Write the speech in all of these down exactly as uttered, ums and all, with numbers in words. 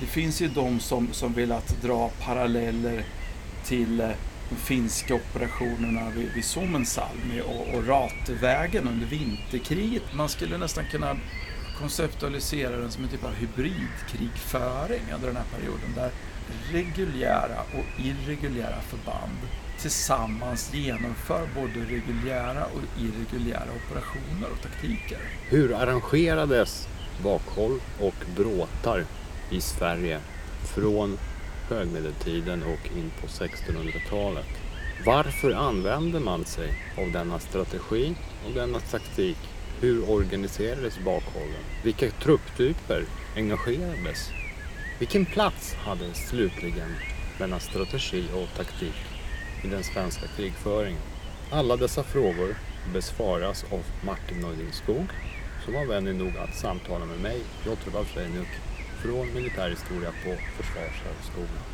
Det finns ju de som, som vill att dra paralleller till eh, de finska operationerna vid, vid Suomensalmi och, och Ratevägen under vinterkriget. Man skulle nästan kunna konceptualisera den som en typ av hybridkrigföring under den här perioden där reguljära och irreguljära förband tillsammans genomför både reguljära och irreguljära operationer och taktiker. Hur arrangerades bakhåll och bråtar i Sverige från högmedeltiden och in på sextonhundratalet? Varför använde man sig av denna strategi och denna taktik? Hur organiserades bakhållen? Vilka trupptyper engagerades? Vilken plats hade slutligen denna strategi och taktik i den svenska krigföringen? Alla dessa frågor besvaras av Martin Neuding-Skog, som var vänlig nog att samtala med mig, Piotr Wawrzejniuk, från militärhistoria på Försvarshögskolan.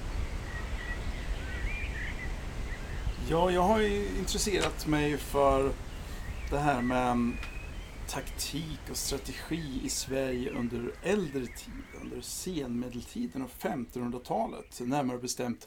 Ja, jag har ju intresserat mig för det här med taktik och strategi i Sverige under äldre tid, under senmedeltiden och femtonhundratalet, närmare bestämt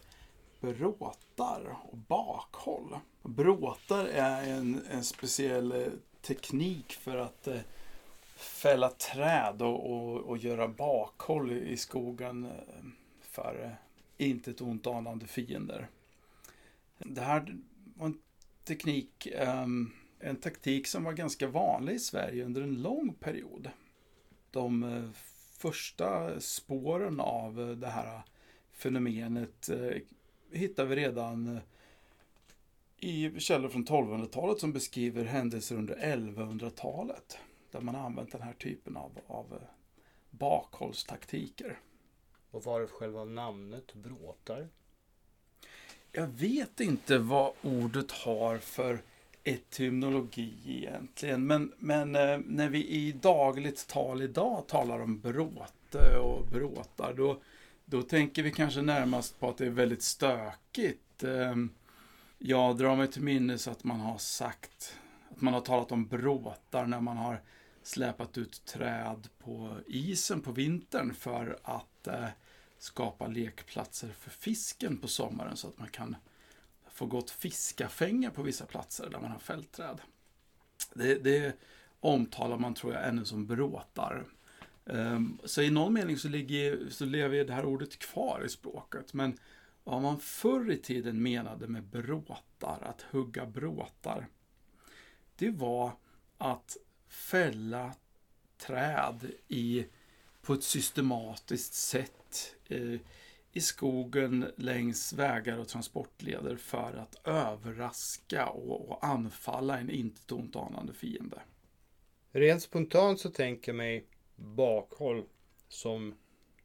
bråtar och bakhåll. Bråtar är en, en speciell teknik för att eh, fälla träd och, och, och göra bakhåll i skogen eh, för eh, inte ett ont anande fiender. Det här var en teknik, eh, en taktik som var ganska vanlig i Sverige under en lång period. De eh, första spåren av det här fenomenet eh, hittar vi redan i källor från tolvhundratalet som beskriver händelser under elvahundratalet där man har använt den här typen av, av bakhållstaktiker. Och vad är själva namnet bråtar? Jag vet inte vad ordet har för etymologi egentligen, men, men eh, när vi i dagligt tal idag talar om bråte och bråtar, då Då tänker vi kanske närmast på att det är väldigt stökigt. Jag drar mig till minnes att man har sagt, att man har talat om bråtar när man har släpat ut träd på isen på vintern för att skapa lekplatser för fisken på sommaren så att man kan få gott fiskafänge på vissa platser där man har fältträd. Det, det omtalar man, tror jag, ännu som bråtar. Så i någon mening så, ligger, så lever det här ordet kvar i språket. Men vad man förr i tiden menade med bråtar, att hugga bråtar, det var att fälla träd i, på ett systematiskt sätt i, i skogen längs vägar och transportleder för att överraska och, och anfalla en inte ont anande fiende. Rent spontant så tänker jag mig bakhåll som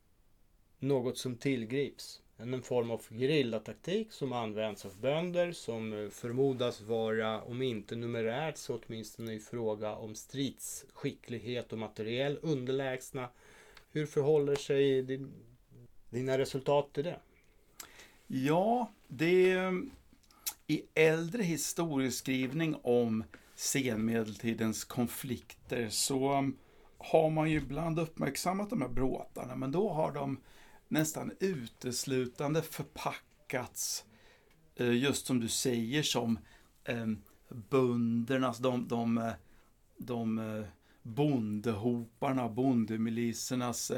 något som tillgrips. En form av gerillataktik som används av bönder som förmodas vara, om inte numerärt så åtminstone i fråga om stridsskicklighet och materiell underlägsna. Hur förhåller sig din, dina resultat till det? Ja, det i äldre historieskrivning om senmedeltidens konflikter så har man ju ibland uppmärksammat de här bråtarna, men då har de nästan uteslutande förpackats, just som du säger, som böndernas, de, de, de bondehoparna, bondemilisernas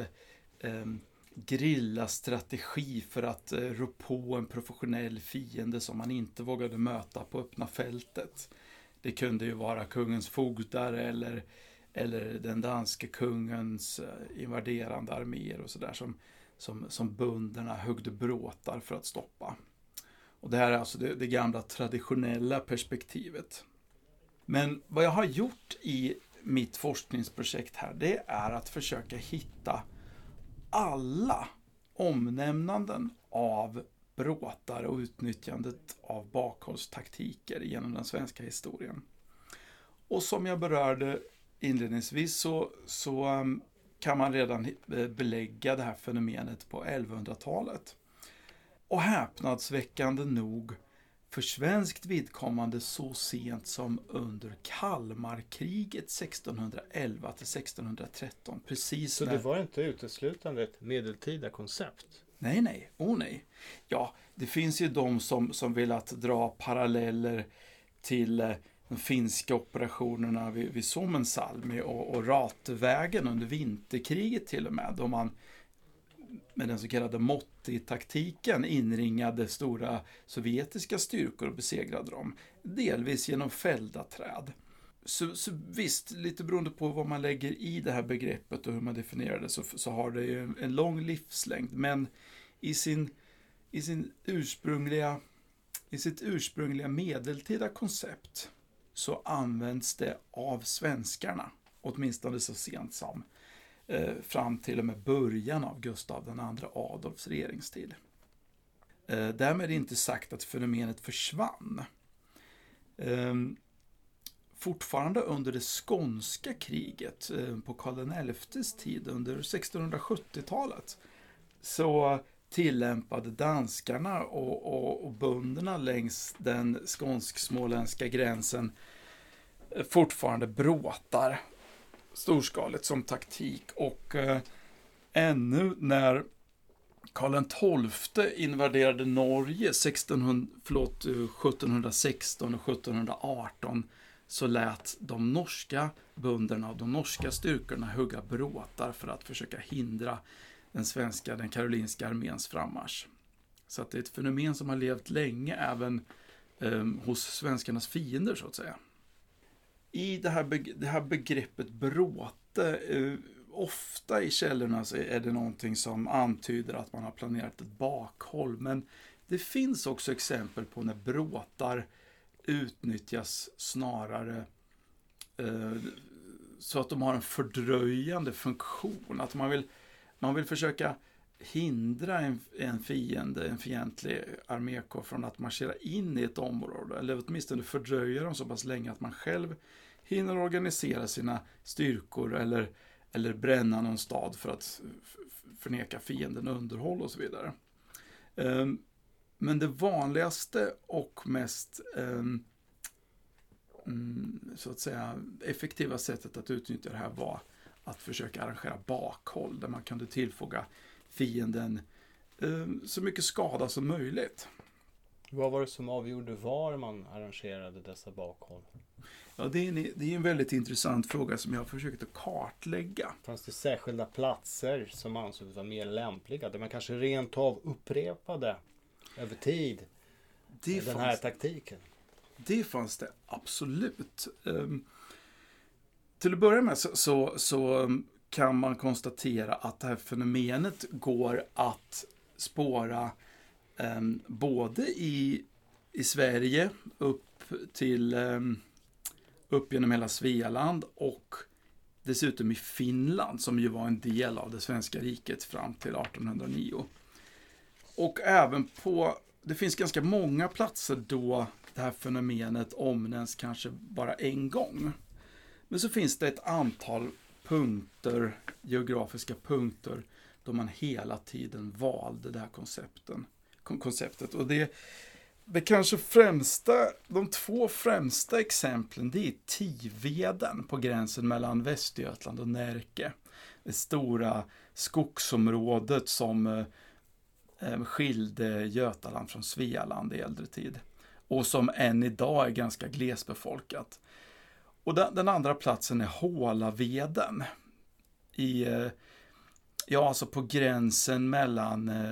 grillastrategi för att rå på en professionell fiende som man inte vågade möta på öppna fältet. Det kunde ju vara kungens fogdar eller eller den danske kungens invaderande arméer och sådär som, som, som bönderna högde bråtar för att stoppa. Och det här är alltså det, det gamla traditionella perspektivet. Men vad jag har gjort i mitt forskningsprojekt här, det är att försöka hitta alla omnämnanden av bråtar och utnyttjandet av bakhållstaktiker genom den svenska historien. Och som jag berörde inledningsvis så, så um, kan man redan belägga det här fenomenet på elvahundratalet. Och häpnadsväckande nog för svenskt vidkommande så sent som under Kalmarkriget sextonhundraelva till sextonhundratretton. Precis Så när... det var inte uteslutande ett medeltida koncept? Nej, nej. Oh, nej. Ja, det finns ju de som, som vill att dra paralleller till eh, de finska operationerna vid, vid Suomensalmi och, och Ratevägen under vinterkriget till och med, då man med den så kallade Motti-taktiken inringade stora sovjetiska styrkor och besegrade dem, delvis genom fällda träd. Så, så visst, lite beroende på vad man lägger i det här begreppet och hur man definierar det, så, så har det ju en lång livslängd, men i sin, i sin ursprungliga, i sitt ursprungliga medeltida koncept så används det av svenskarna, åtminstone så sent som eh, fram till och med början av Gustav den andra Adolfs regeringstid. Eh, därmed är inte sagt att fenomenet försvann. Eh, fortfarande under det skånska kriget eh, på Karl den elftes tid under sextonhundrasjuttiotalet så tillämpade danskarna och, och, och bönderna längs den skånsk-småländska gränsen fortfarande bråtar storskaligt som taktik. Och eh, ännu när Karl den tolfte invaderade Norge sextonhundra, förlåt, sjuttonhundrasexton och sjuttonhundraarton så lät de norska bönderna och de norska styrkorna hugga bråtar för att försöka hindra den svenska, den karolinska arméns frammarsch. Så att det är ett fenomen som har levt länge även eh, hos svenskarnas fiender så att säga. I det här, beg- det här begreppet bråte, eh, ofta i källorna så är det någonting som antyder att man har planerat ett bakhåll. Men det finns också exempel på när bråtar utnyttjas snarare eh, så att de har en fördröjande funktion. Att man vill Man vill försöka hindra en, en fiende, en fientlig armékår från att marschera in i ett område. Eller åtminstone fördröja dem så pass länge att man själv hinner organisera sina styrkor eller, eller bränna någon stad för att förneka fienden underhåll och så vidare. Um, men det vanligaste och mest um, um, så att säga effektiva sättet att utnyttja det här var att försöka arrangera bakhåll där man kunde tillfoga fienden eh, så mycket skada som möjligt. Vad var det som avgjorde var man arrangerade dessa bakhåll? Ja, det är en, det är en väldigt intressant fråga som jag har försökt att kartlägga. Fanns det särskilda platser som ansågs vara mer lämpliga där man kanske rent av upprepade över tid det den fanns, här taktiken? Det fanns det absolut. Um, Till att börja med så, så, så kan man konstatera att det här fenomenet går att spåra eh, både i, i Sverige upp till eh, upp genom hela Svealand och dessutom i Finland som ju var en del av det svenska riket fram till artonhundranio. Och även på, det finns ganska många platser då det här fenomenet omnämns kanske bara en gång. Men så finns det ett antal punkter, geografiska punkter, då man hela tiden valde det här koncepten, konceptet. Och det, det kanske främsta, de två främsta exemplen, det är Tiveden på gränsen mellan Västergötland och Närke. Det stora skogsområdet som eh, skilde Götaland från Svealand i äldre tid. Och som än idag är ganska glesbefolkat. Och den, den andra platsen är Hålaveden. I, ja, alltså på gränsen mellan, eh,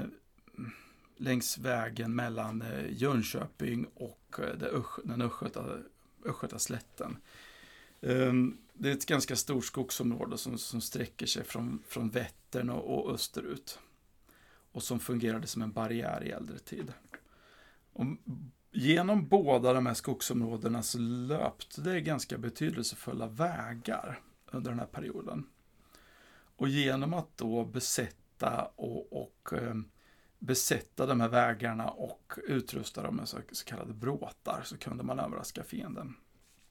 längs vägen mellan eh, Jönköping och eh, det Ösch, den Östgöta, Östgötaslätten. Um, det är ett ganska stort skogsområde som, som sträcker sig från, från Vättern och, och österut. Och som fungerade som en barriär i äldre tid. Och genom båda de här skogsområdena så löpte det ganska betydelsefulla vägar under den här perioden. Och genom att då besätta och, och eh, besätta de här vägarna och utrusta dem med så, så kallade bråtar så kunde man överraska fienden.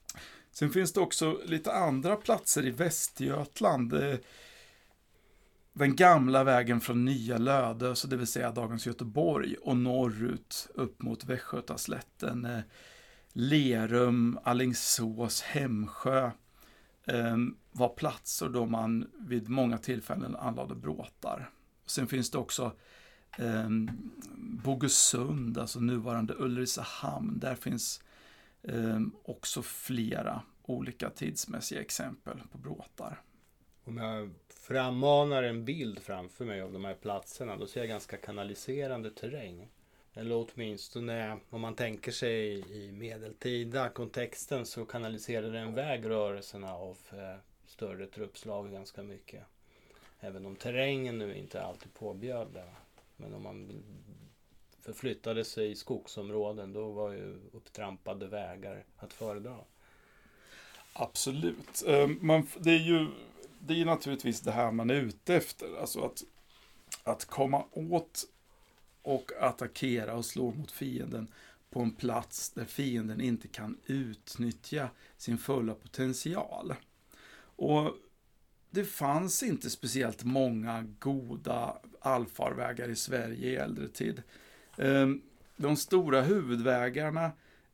Sen finns det också lite andra platser i Västergötland. den gamla vägen från Nya Lödöse, det vill säga dagens Göteborg, och norrut upp mot Västgötaslätten, eh, Lerum, Alingsås, Hemsjö eh, var platser då man vid många tillfällen anlade bråtar. Sen finns det också eh, Bogesund, alltså nuvarande Ulricehamn. Där finns eh, också flera olika tidsmässiga exempel på bråtar. Om jag frammanar en bild framför mig av de här platserna, då ser jag ganska kanaliserande terräng. Eller åtminstone om man tänker sig i medeltida kontexten, så kanaliserar den vägrörelserna av eh, större truppslag ganska mycket. Även om terrängen nu inte alltid påbjöd det. Men om man förflyttade sig i skogsområden, då var ju upptrampade vägar att föredra. Absolut. Man, det är ju det är naturligtvis det här man är ute efter. Alltså att, att komma åt och attackera och slå mot fienden på en plats där fienden inte kan utnyttja sin fulla potential. Och det fanns inte speciellt många goda allfarvägar i Sverige i äldre tid. De stora huvudvägarna,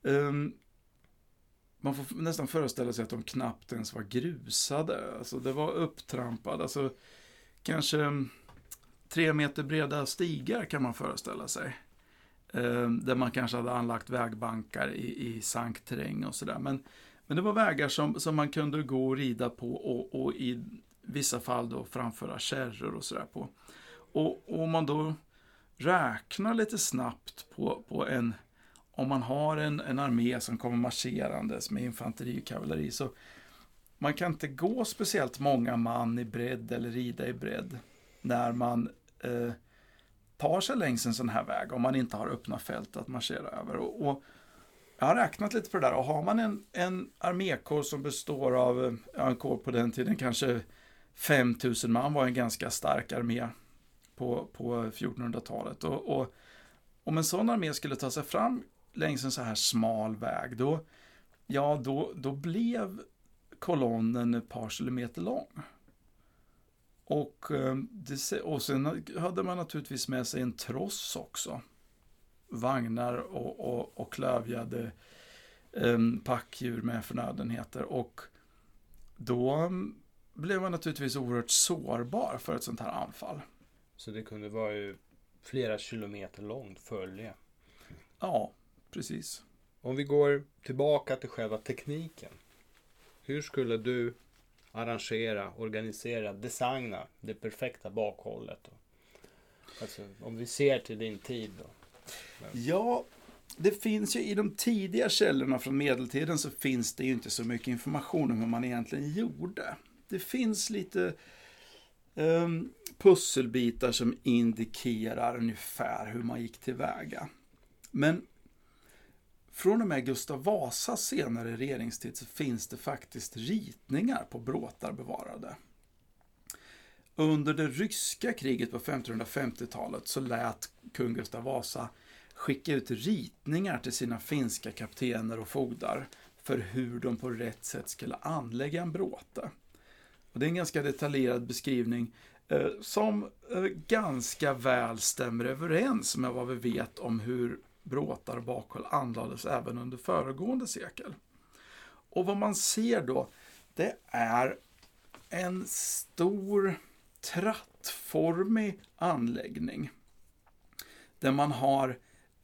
man får nästan föreställa sig att de knappt ens var grusade. Alltså det var upptrampade, alltså kanske tre meter breda stigar kan man föreställa sig. Där man kanske hade anlagt vägbankar i, i sankterräng och sådär. Men, men det var vägar som, som man kunde gå och rida på och, och i vissa fall då framföra kärror och sådär på. Och, och om man då räknar lite snabbt på, på en, om man har en, en armé som kommer marscherandes med infanteri och kavalleri, så man kan inte gå speciellt många man i bredd eller rida i bredd när man eh, tar sig längs en sån här väg, om man inte har öppna fält att marschera över. Och, och jag har räknat lite på det där, och har man en, en armékår som består av, ja, en kår på den tiden kanske fem tusen man, var en ganska stark armé på, på fjortonhundratalet. Och, och om en sån armé skulle ta sig fram längs en så här smal väg, då, ja, då, då blev kolonnen ett par kilometer lång. Och, det, och sen hade man naturligtvis med sig en tross också. Vagnar och, och, och klövjade um, packdjur med förnödenheter. Och då blev man naturligtvis oerhört sårbar för ett sånt här anfall. Så det kunde vara ju flera kilometer långt följe. Ja, precis. Om vi går tillbaka till själva tekniken. Hur skulle du arrangera, organisera, designa det perfekta bakhållet? Alltså, om vi ser till din tid då. Ja, det finns ju i de tidiga källorna från medeltiden, så finns det ju inte så mycket information om hur man egentligen gjorde. Det finns lite um, pusselbitar som indikerar ungefär hur man gick tillväga. Men från och med Gustav Vasas senare regeringstid så finns det faktiskt ritningar på bråtar bevarade. Under det ryska kriget på femtonhundrafemtiotalet så lät kung Gustav Vasa skicka ut ritningar till sina finska kaptener och fogdar för hur de på rätt sätt skulle anlägga en bråte. Och det är en ganska detaljerad beskrivning eh, som eh, ganska väl stämmer överens med vad vi vet om hur bråtar och bakhåll anlades även under föregående sekel. Och vad man ser då, det är en stor trattformig anläggning där man har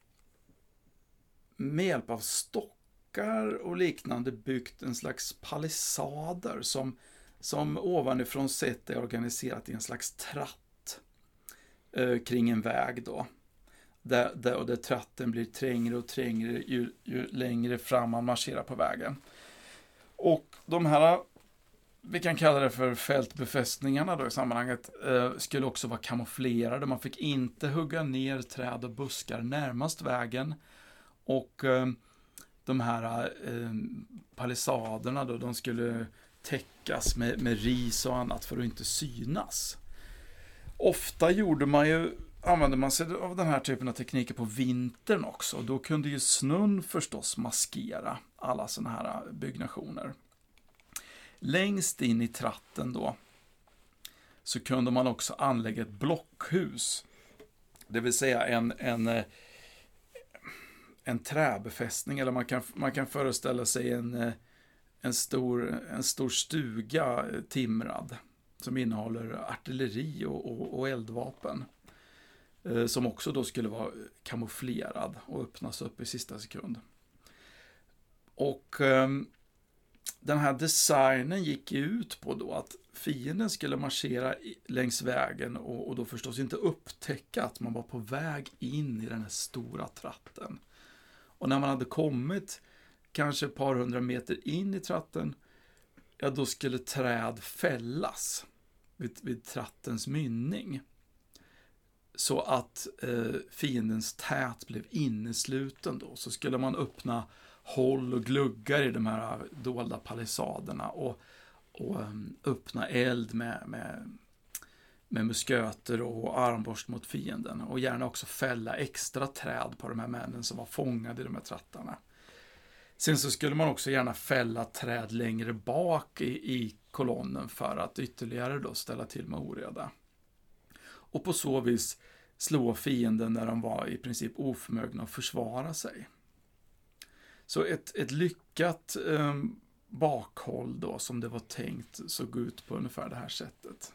med hjälp av stockar och liknande byggt en slags palissader som, som ovanifrån sett är organiserat i en slags tratt eh, kring en väg då. Där, där, och där tratten blir trängre och trängre ju, ju längre fram man marscherar på vägen. Och de här, vi kan kalla det för fältbefästningarna då i sammanhanget, eh, skulle också vara kamouflerade. Man fick inte hugga ner träd och buskar närmast vägen. Och eh, de här eh, palissaderna då, de skulle täckas med, med ris och annat för att inte synas. Ofta gjorde man ju använde man sig av den här typen av tekniker på vintern också. Då kunde ju snön förstås maskera alla såna här byggnationer. Längst in i tratten då så kunde man också anlägga ett blockhus. Det vill säga en, en, en träbefästning, eller man kan, man kan föreställa sig en, en, stor, en stor stuga timrad som innehåller artilleri och, och, och eldvapen. Som också då skulle vara kamouflerad och öppnas upp i sista sekund. Och eh, den här designen gick ut på då att fienden skulle marschera längs vägen och, och då förstås inte upptäcka att man var på väg in i den här stora tratten. Och när man hade kommit kanske ett par hundra meter in i tratten, ja då skulle träd fällas vid, vid trattens mynning. Så att eh, fiendens tät blev innesluten då. Så skulle man öppna håll och gluggar i de här dolda palissaderna och, och um, öppna eld med, med, med musköter och armborst mot fienden. Och gärna också fälla extra träd på de här männen som var fångade i de här trattarna. Sen så skulle man också gärna fälla träd längre bak i, i kolonnen för att ytterligare då ställa till med oreda. Och på så vis slå fienden när de var i princip oförmögna att försvara sig. Så ett, ett lyckat eh, bakhåll då, som det var tänkt, såg ut på ungefär det här sättet.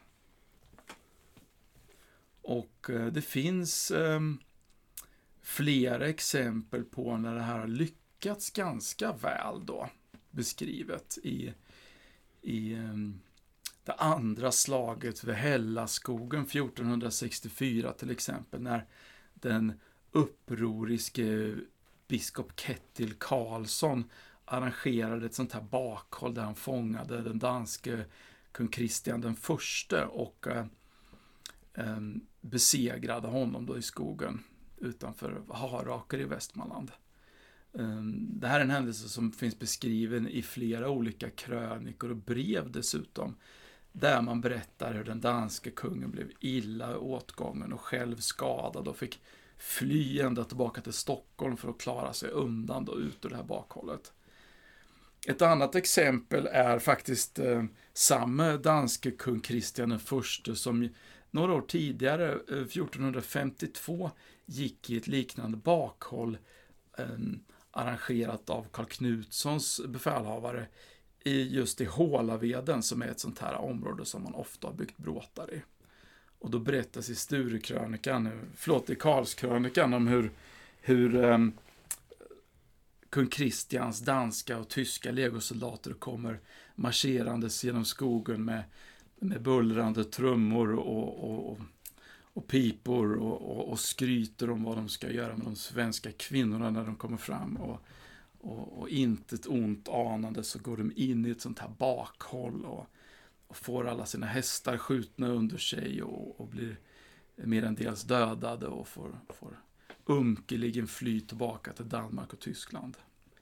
Och eh, det finns eh, flera exempel på när det här har lyckats ganska väl då, beskrivet i, i eh, det andra slaget vid Hällaskogen fjortonhundrasextiofyra till exempel, när den upproriske biskop Ketil Karlsson arrangerade ett sånt här bakhåll där han fångade den danske kung Kristian den förste och eh, eh, besegrade honom då i skogen utanför Haraker i Västmanland. Eh, det här är en händelse som finns beskriven i flera olika krönikor och brev dessutom, där man berättar hur den danske kungen blev illa åtgången och själv skadad och fick fly ända tillbaka till Stockholm för att klara sig undan då ut ur det här bakhållet. Ett annat exempel är faktiskt eh, samma danske kung Kristian den förste som några år tidigare, eh, fjortonhundrafemtiotvå, gick i ett liknande bakhåll eh, arrangerat av Karl Knutssons befälhavare i just i Hålaveden, som är ett sånt här område som man ofta har byggt bråtar i. Och då berättas i Sturekrönikan, förlåt i Karlskrönikan, om hur, hur um, kung Kristians danska och tyska legosoldater kommer marscherandes genom skogen med, med bullrande trummor och, och, och, och pipor och, och, och skryter om vad de ska göra med de svenska kvinnorna när de kommer fram. Och, och, och inte ett ont anande så går de in i ett sånt här bakhåll och och får alla sina hästar skjutna under sig och, och blir mer än dels dödade och får, får unkeligen fly tillbaka till Danmark och Tyskland.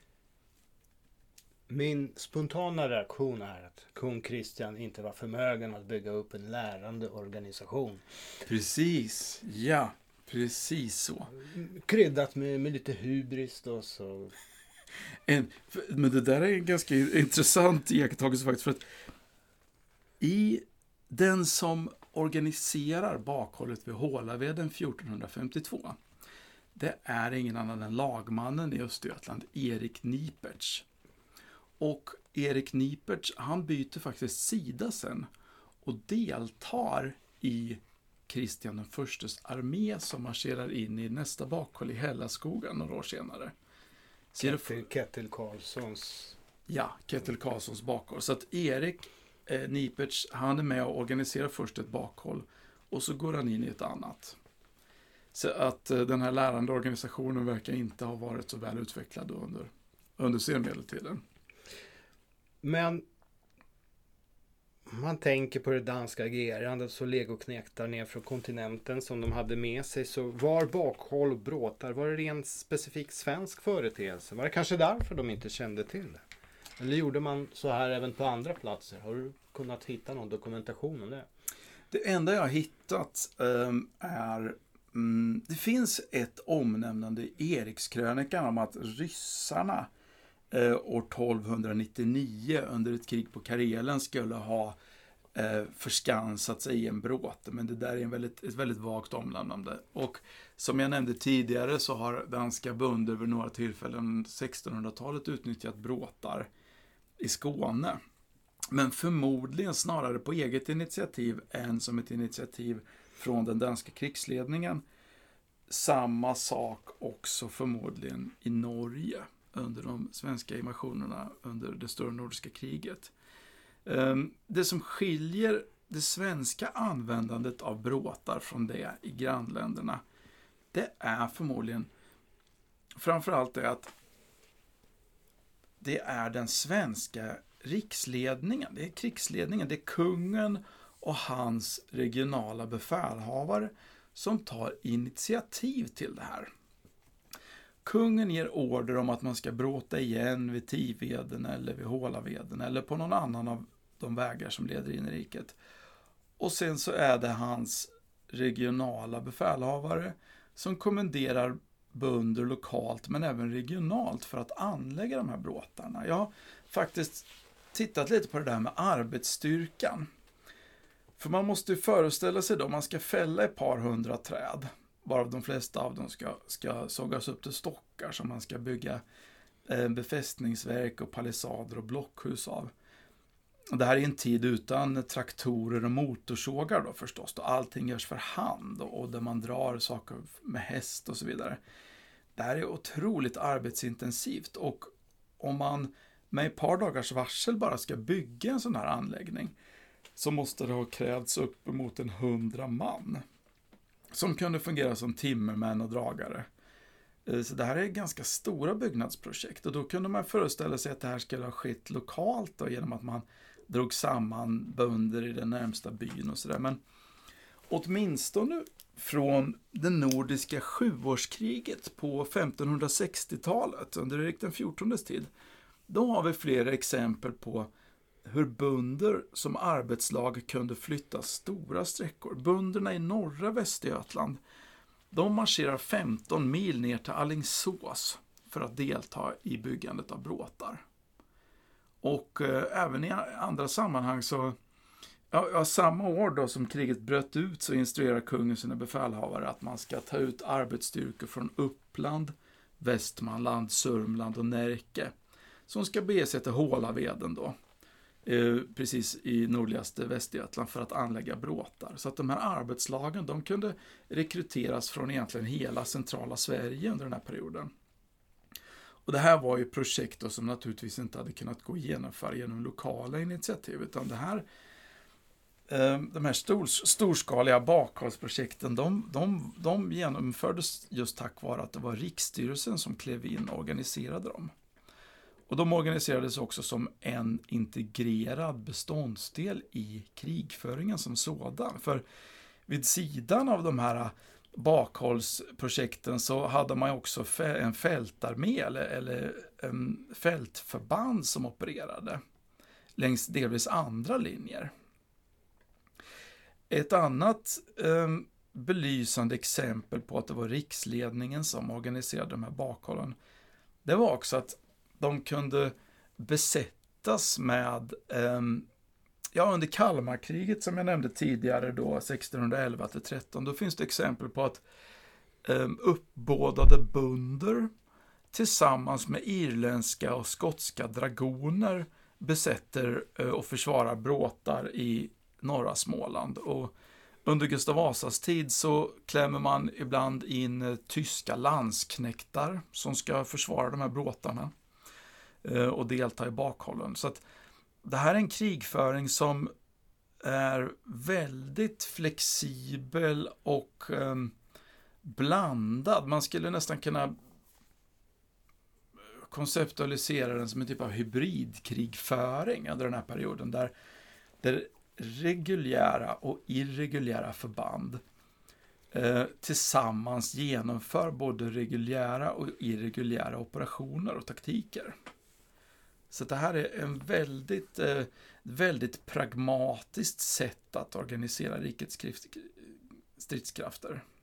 Min spontana reaktion är att kung Kristian inte var förmögen att bygga upp en lärande organisation. Precis, ja, precis så. Kryddat med, med lite hybris då så. En, men det där är en ganska intressant iakttagelse faktiskt, för att i den som organiserar bakhållet vid Hålaveden fjortonhundrafemtiotvå, det är ingen annan än lagmannen i Östergötland, Erik Nipertz. Och Erik Nipertz, han byter faktiskt sida sen och deltar i Kristian den förstes armé som marscherar in i nästa bakhåll i Hällaskogen några år senare. Ketil, Ketil Karlssons. Ja, Ketil Karlssons bakhåll. Så att Erik eh, Nipertz, han är med och organiserar först ett bakhåll och så går han in i ett annat. Så att eh, den här lärande organisationen verkar inte ha varit så väl utvecklad under, under senmedeltiden. Men man tänker på det danska agerandet, så legoknektar ner från kontinenten som de hade med sig, så var bakhåll och bråtar, var det rent specifikt svensk företeelse? Var det kanske därför de inte kände till det? Eller gjorde man så här även på andra platser? Har du kunnat hitta någon dokumentation om det? Det enda jag har hittat um, är um, det finns ett omnämnande i Erikskrönikan om att ryssarna uh, år tolvhundranittionio under ett krig på Karelen skulle ha eh, förskansat sig i en bråte. Men det där är en väldigt, ett väldigt vagt omlämnande. Och som jag nämnde tidigare så har danska bönder vid några tillfällen sextonhundratalet utnyttjat bråtar i Skåne. Men förmodligen snarare på eget initiativ än som ett initiativ från den danska krigsledningen. Samma sak också förmodligen i Norge under de svenska invasionerna under det stora nordiska kriget. Det som skiljer det svenska användandet av bråtar från det i grannländerna, det är förmodligen framförallt det att det är den svenska riksledningen, det är krigsledningen, det är kungen och hans regionala befälhavare som tar initiativ till det här. Kungen ger order om att man ska bråta igen vid Tiveden eller vid Hålaveden eller på någon annan av de vägar som leder in i riket. Och sen så är det hans regionala befälhavare som kommenderar bönder lokalt men även regionalt för att anlägga de här bråtarna. Jag har faktiskt tittat lite på det där med arbetsstyrkan. För man måste ju föreställa sig då, man ska fälla ett par hundra träd, varav de flesta av dem ska, ska sågas upp till stockar som man ska bygga eh, befästningsverk och palissader och blockhus av. Och det här är en tid utan traktorer och motorsågar då förstås, då allting görs för hand och, och där man drar saker med häst och så vidare. Det här är otroligt arbetsintensivt, och om man med ett par dagars varsel bara ska bygga en sån här anläggning så måste det ha krävts upp mot en hundra man som kunde fungera som timmermän och dragare. Så det här är ganska stora byggnadsprojekt, och då kunde man föreställa sig att det här skulle ha skett lokalt då, genom att man drog samman bönder i den närmsta byn och sådär. Men åtminstone från det nordiska sjuårskriget på femtonhundrasextiotalet under Erik den fjortondes tid, då har vi flera exempel på hur bönder som arbetslag kunde flytta stora sträckor. Bönderna i norra Västergötland, de marscherar femton mil ner till Alingsås för att delta i byggandet av bråtar. Och eh, även i andra sammanhang så, ja, ja, samma år då som kriget bröt ut så instruerar kungen sina befälhavare att man ska ta ut arbetsstyrkor från Uppland, Västmanland, Sörmland och Närke som ska bege sig till Hålaveden då. Eh, precis i nordligaste Västergötland för att anlägga bråtar. Så att de här arbetslagen, de kunde rekryteras från egentligen hela centrala Sverige under den här perioden. Och det här var ju projekt då som naturligtvis inte hade kunnat gå igenom genom lokala initiativ, utan det här eh, de här stor, storskaliga bakhållsprojekten, de, de, de genomfördes just tack vare att det var Riksstyrelsen som klev in och organiserade dem. Och de organiserades också som en integrerad beståndsdel i krigföringen som sådan. För vid sidan av de här bakhållsprojekten så hade man också en fältarmé eller, eller en fältförband som opererade längs delvis andra linjer. Ett annat eh, belysande exempel på att det var riksledningen som organiserade de här bakhållen, det var också att de kunde besättas med, eh, ja under Kalmarkriget som jag nämnde tidigare då, sextonhundraelva till tretton, då finns det exempel på att eh, uppbådade bönder tillsammans med irländska och skotska dragoner besätter eh, och försvarar bråtar i norra Småland. Och under Gustav Vasas tid så klämmer man ibland in eh, tyska landsknektar som ska försvara de här bråtarna och delta i bakhållen. Så att det här är en krigföring som är väldigt flexibel och eh, blandad. Man skulle nästan kunna konceptualisera den som en typ av hybridkrigföring under den här perioden där, där reguljära och irreguljära förband eh, tillsammans genomför både reguljära och irreguljära operationer och taktiker. Så det här är en väldigt, eh, väldigt pragmatiskt sätt att organisera rikets stridskrafter.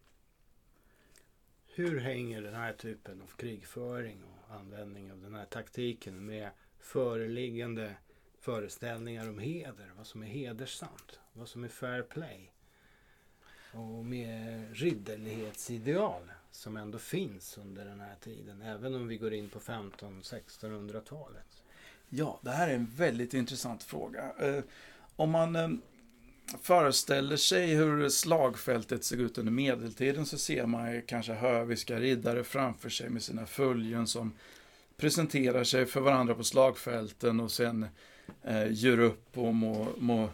Hur hänger den här typen av krigföring och användning av den här taktiken med föreliggande föreställningar om heder, vad som är hedersamt, vad som är fair play. Och med ridderlighetsideal som ändå finns under den här tiden, även om vi går in på femton-sextonhundratalet. Ja, det här är en väldigt intressant fråga. Eh, om man eh, föreställer sig hur slagfältet såg ut under medeltiden så ser man ju kanske höviska riddare framför sig med sina följen som presenterar sig för varandra på slagfälten och sen eh, gör upp och må, må,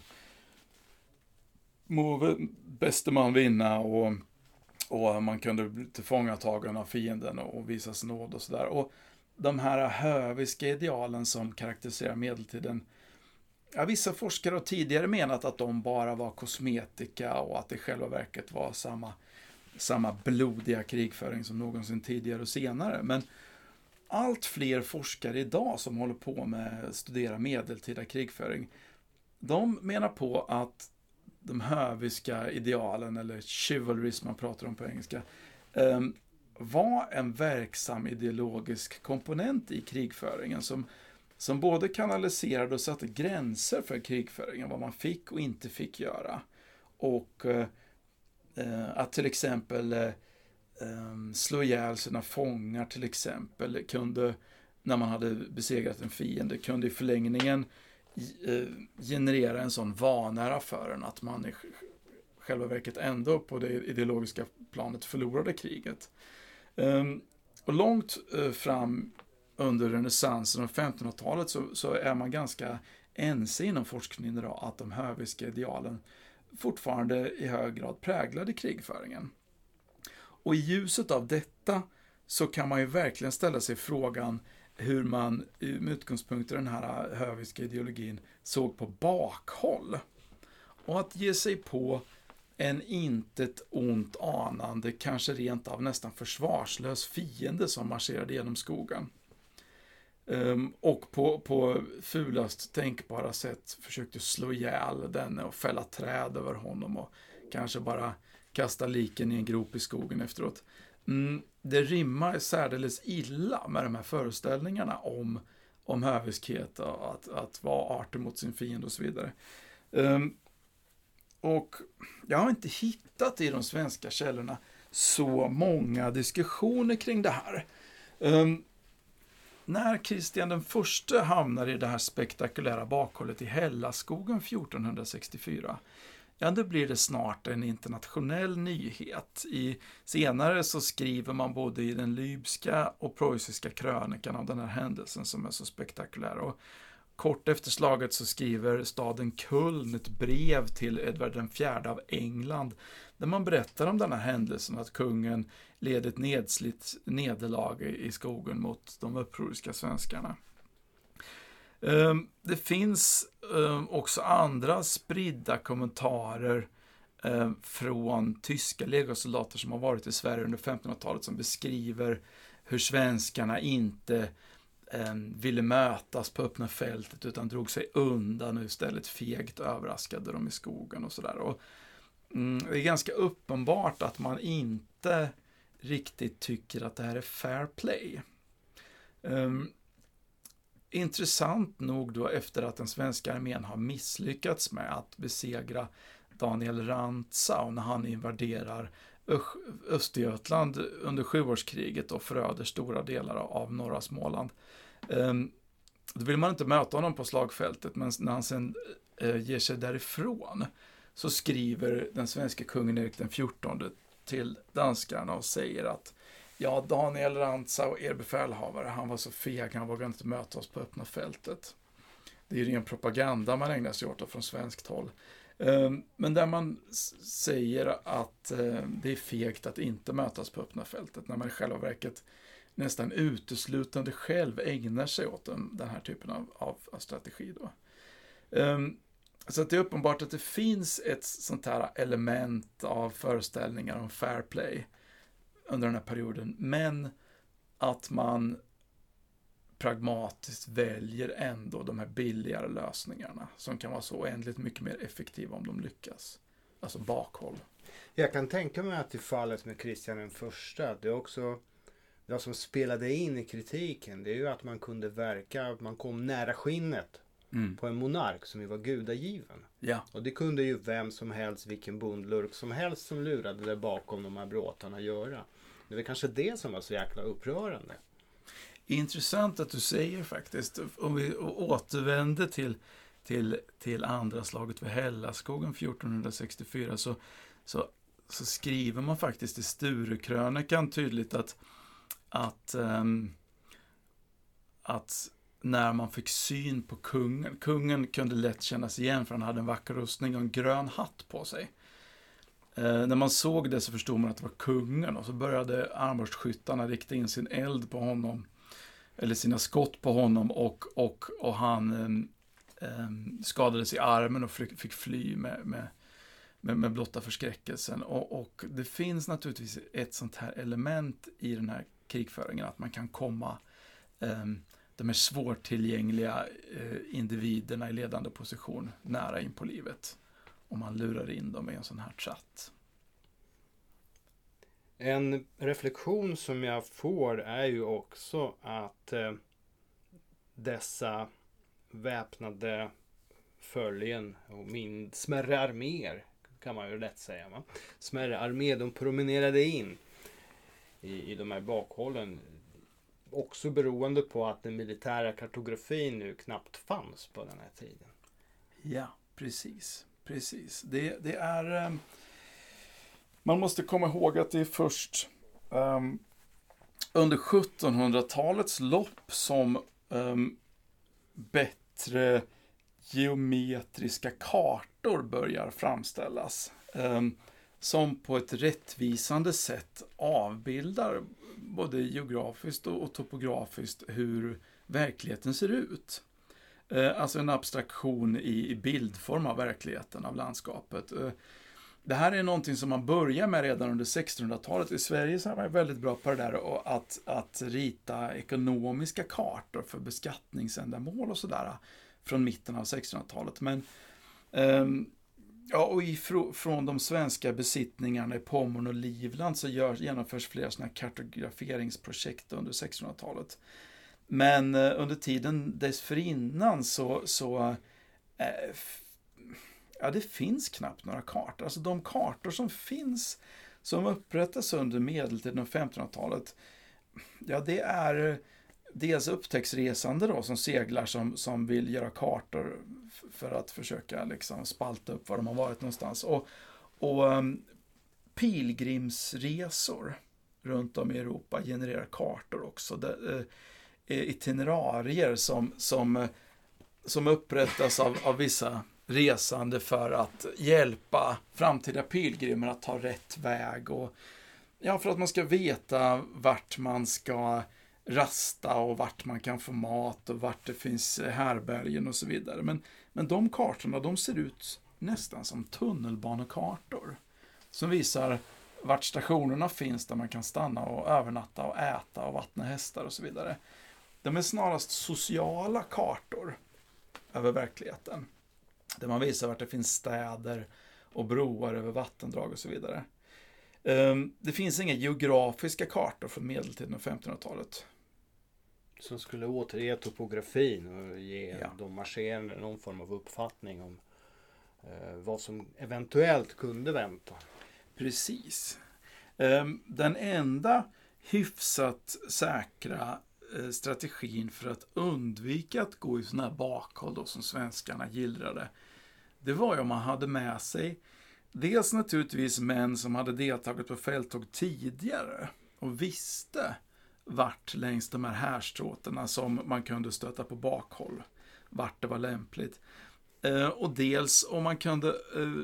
må bäste man vinna och, och man kunde bli tillfångatagen av fienden och visas nåd och sådär. Och de här höviska idealen som karaktäriserar medeltiden, ja, vissa forskare har tidigare menat att de bara var kosmetika och att det i själva verket var samma, samma blodiga krigföring som någonsin tidigare och senare. Men allt fler forskare idag som håller på med att studera medeltida krigföring, de menar på att de höviska idealen, eller chivalry som man pratar om på engelska, um, var en verksam ideologisk komponent i krigföringen som, som både kanaliserade och satte gränser för krigföringen, vad man fick och inte fick göra. Och eh, att till exempel eh, slå ihjäl sina fångar till exempel kunde, när man hade besegrat en fiende, kunde i förlängningen eh, generera en sån vanära för en att man i själva verket ändå på det ideologiska planet förlorade kriget. Um, och långt uh, fram under renässansen och femtonhundratalet så, så är man ganska ense inom forskningen idag att de höviska idealen fortfarande i hög grad präglade krigföringen. Och i ljuset av detta så kan man ju verkligen ställa sig frågan hur man med utgångspunkt i den här höviska ideologin såg på bakhåll. Och att ge sig på en intet ont anande, kanske rent av nästan försvarslös fiende som marscherade genom skogen. Um, och på, på fulast tänkbara sätt försökte slå ihjäl denne och fälla träd över honom och kanske bara kasta liken i en grop i skogen efteråt. Mm, det rimmar särdeles illa med de här föreställningarna om, om höviskhet och att, att vara artig mot sin fiende och så vidare. Um, Och jag har inte hittat i de svenska källorna så många diskussioner kring det här. Um, när Kristian den förste hamnar i det här spektakulära bakhållet i Hällaskogen fjortonhundrasextiofyra, ja, då blir det snart en internationell nyhet. I, senare så skriver man både i den lybska och preussiska krönikan av den här händelsen som är så spektakulär. Och kort efter slaget så skriver staden Köln ett brev till Edvard den fjärde av England där man berättar om den här händelsen, att kungen led ett nedslitt nederlag i skogen mot de upproriska svenskarna. Det finns också andra spridda kommentarer från tyska legosoldater som har varit i Sverige under femtonhundratalet som beskriver hur svenskarna inte ville mötas på öppna fältet utan drog sig undan och istället fegt överraskade dem i skogen och sådär. Och mm, det är ganska uppenbart att man inte riktigt tycker att det här är fair play. Um, intressant nog då, efter att den svenska armén har misslyckats med att besegra Daniel Rantzau när han invaderar Östergötland under sjuårskriget och föröder stora delar av norra Småland. Um, då vill man inte möta honom på slagfältet, men när han sen uh, ger sig därifrån så skriver den svenska kungen Erik den fjortonde till danskarna och säger att ja, Daniel Rantzau, er befälhavare, han var så feg, han vågade inte möta oss på öppna fältet. Det är ju ren propaganda man ägnar sig åt från svenskt håll. Men där man säger att det är fegt att inte mötas på öppna fältet när man i själva verket nästan uteslutande själv ägnar sig åt den, den här typen av, av, av strategi då. Så att det är uppenbart att det finns ett sånt här element av föreställningar om fair play under den här perioden, men att man pragmatiskt väljer ändå de här billigare lösningarna som kan vara så oändligt mycket mer effektiva om de lyckas. Alltså bakhåll. Jag kan tänka mig att i fallet med Kristian den första, det är också det som spelade in i kritiken, det är ju att man kunde verka, man kom nära skinnet Mm. på en monark som ju var gudagiven. Ja. Och det kunde ju vem som helst, vilken bondlurk som helst som lurade där bakom de här bråtarna göra. Det var kanske det som var så jäkla upprörande. Intressant att du säger faktiskt. Om vi återvänder till, till, till andra slaget vid Hällaskogen fjorton sextiofyra så, så, så skriver man faktiskt i Sturekrönikan tydligt att, att, um, att när man fick syn på kungen, kungen kunde lätt kännas igen för han hade en vacker rustning och en grön hatt på sig. Eh, när man såg det så förstod man att det var kungen och så började armborstskyttarna rikta in sin eld på honom eller sina skott på honom och, och, och han eh, eh, skadades i armen och fick fly med, med, med, med blotta förskräckelsen. Och, och det finns naturligtvis ett sånt här element i den här krigföringen att man kan komma eh, de här svårtillgängliga eh, individerna i ledande position nära in på livet om man lurar in dem i en sån här chatt. En reflektion som jag får är ju också att eh, dessa väpnade följen och min smärre arméer kan man ju lätt säga, va? Smärre armé, de promenerade in i, i de här bakhållen också beroende på att den militära kartografin nu knappt fanns på den här tiden. Ja, precis. Precis. Det, det är... Um, man måste komma ihåg att det är först um, under sjuttonhundratalets lopp som um, bättre geometriska kartor börjar framställas. Um, som på ett rättvisande sätt avbildar både geografiskt och, och topografiskt hur verkligheten ser ut. Eh, alltså en abstraktion i, i bildform av verkligheten, av landskapet. Eh, det här är någonting som man börjar med redan under sextonhundratalet. I Sverige så är man väldigt bra på det där och att, att rita ekonomiska kartor för beskattningsändamål och sådär från mitten av sextonhundratalet. Men eh, ja, och ifrån, från de svenska besittningarna i Pommern och Livland så gör, genomförs flera sådana här kartograferingsprojekt under sextonhundratalet. Men eh, under tiden dessförinnan så, så eh, f- ja, det finns knappt några kartor. Alltså de kartor som finns, som upprättas under medeltiden och femtonhundratalet, ja det är dels upptäcktsresande då som seglar som, som vill göra kartor f- för att försöka liksom spalta upp var de har varit någonstans. Och, och um, pilgrimsresor runt om i Europa genererar kartor också. Det, eh, itinerarier som, som, som upprättas av, av vissa resande för att hjälpa framtida pilgrimer att ta rätt väg och ja, för att man ska veta vart man ska rasta och vart man kan få mat och vart det finns härbergen och så vidare. Men, men de kartorna, de ser ut nästan som tunnelbanekartor som visar vart stationerna finns där man kan stanna och övernatta och äta och vattna hästar och så vidare. De är snarast sociala kartor över verkligheten. Där man visar vart det finns städer och broar över vattendrag och så vidare. Det finns inga geografiska kartor från medeltiden och femtonhundratalet. Som skulle återge topografin och ge Ja. de marscherande någon form av uppfattning om eh, vad som eventuellt kunde vänta. Precis. Den enda hyfsat säkra strategin för att undvika att gå i sådana här bakhåll då, som svenskarna gillrade, det var ju om man hade med sig dels naturligtvis män som hade deltagit på fälttåg tidigare och visste vart längs de här härstråtarna som man kunde stöta på bakhåll, vart det var lämpligt. Eh, och dels om man kunde eh,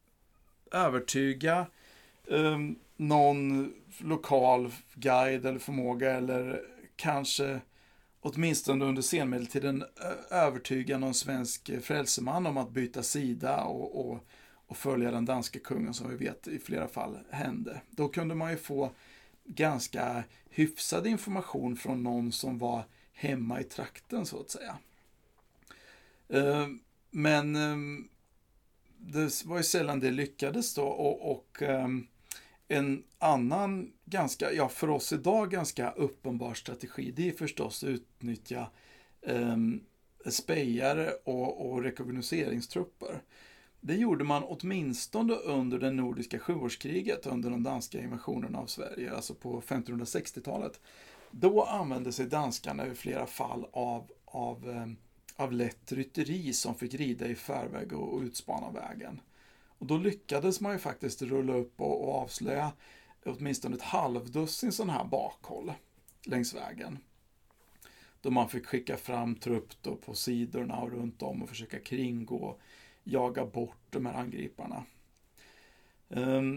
övertyga eh, någon lokal guide eller förmåga eller kanske åtminstone under senmedeltiden övertyga någon svensk frälseman om att byta sida och, och, och följa den danska kungen som vi vet i flera fall hände. Då kunde man ju få ganska hyfsad information från någon som var hemma i trakten så att säga. Men det var ju sällan det lyckades då och, och en annan ganska, ja för oss idag ganska uppenbar strategi, det är förstås att utnyttja eh, spejare och, och rekognoseringstrupper. Det gjorde man åtminstone under det nordiska sjuårskriget, under de danska invasionerna av Sverige, alltså på femtonhundrasextiotalet. Då använde sig danskarna i flera fall av, av, eh, av lätt rytteri som fick rida i förväg och, och utspana vägen. Och då lyckades man ju faktiskt rulla upp och, och avslöja åtminstone ett halvdussin sådana här bakhåll längs vägen. Då man fick skicka fram trupp då på sidorna och runt om och försöka kringgå och jaga bort de här angriparna. Um,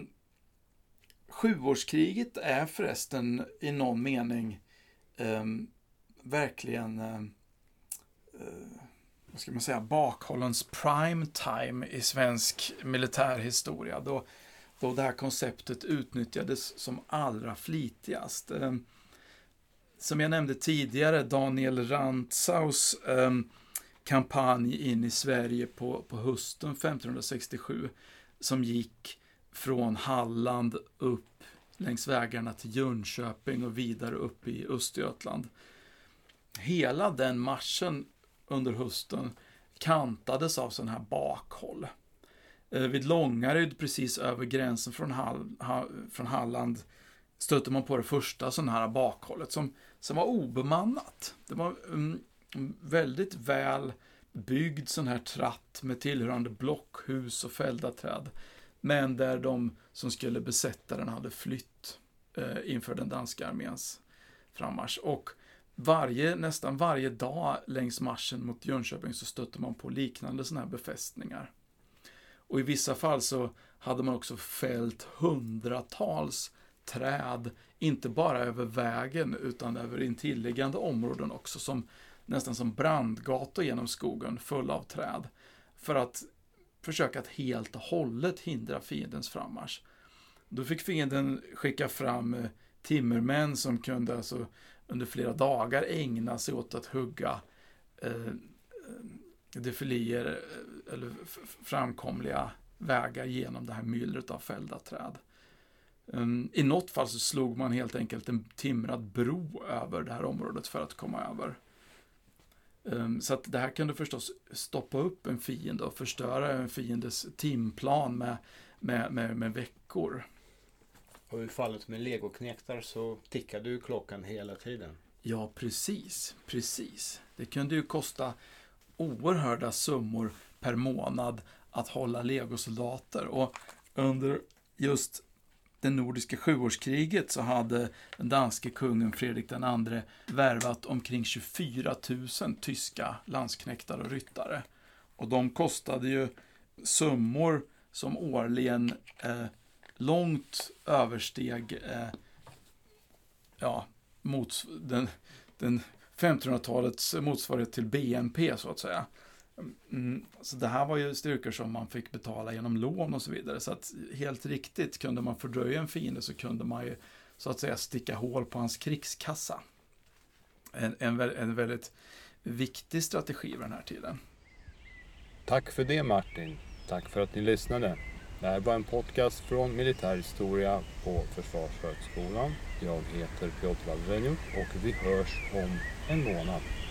Sjuårskriget är förresten i någon mening um, verkligen uh, uh, vad ska man säga, bakhållens prime time i svensk militärhistoria, då, då det här konceptet utnyttjades som allra flitigast. Um, som jag nämnde tidigare, Daniel Rantzaus um, kampanj in i Sverige på, på hösten femtonhundrasextiosju, som gick från Halland upp längs vägarna till Jönköping och vidare upp i Östergötland. Hela den marschen under hösten kantades av sån här bakhåll. Eh, vid Långaryd, precis över gränsen från, Hall, ha, från Halland, stötte man på det första sån här bakhållet som, som var obemannat. Det var um, väldigt väl byggd sån här tratt med tillhörande blockhus och fällda träd, men där de som skulle besätta den hade flytt eh, inför den danska arméns frammarsch. Och varje, nästan varje dag längs marschen mot Jönköping så stötte man på liknande såna här befästningar. Och i vissa fall så hade man också fällt hundratals träd, inte bara över vägen utan över intilliggande områden också, som nästan som brandgator genom skogen full av träd, för att försöka att helt och hållet hindra fiendens frammarsch. Då fick fienden skicka fram eh, timmermän som kunde alltså under flera dagar ägna sig åt att hugga eh, defilier eh, eller f- framkomliga vägar genom det här myllret av fällda träd. Um, I något fall så slog man helt enkelt en timrad bro över det här området för att komma över. Um, så att det här kunde förstås stoppa upp en fiende och förstöra en fiendes timplan med, med, med, med veckor. Och i fallet med legoknektar så tickade ju klockan hela tiden. Ja, precis. Precis. Det kunde ju kosta oerhörda summor per månad att hålla legosoldater. Och under just det nordiska sjuårskriget så hade den danske kungen Fredrik den andre värvat omkring tjugofyra tusen tyska landsknektar och ryttare. Och de kostade ju summor som årligen eh, långt översteg eh, ja, mot den, den femtonhundratalets motsvarighet till B N P så att säga. Mm, så det här var ju styrkor som man fick betala genom lån och så vidare. Så att helt riktigt, kunde man fördröja en fiende så kunde man ju så att säga sticka hål på hans krigskassa. En, en, en väldigt viktig strategi vid den här tiden. Tack för det, Martin. Tack för att ni lyssnade. Det här var en podcast från Militärhistoria på Försvarshögskolan. Jag heter Piotr Wawrzeniuk och vi hörs om en månad.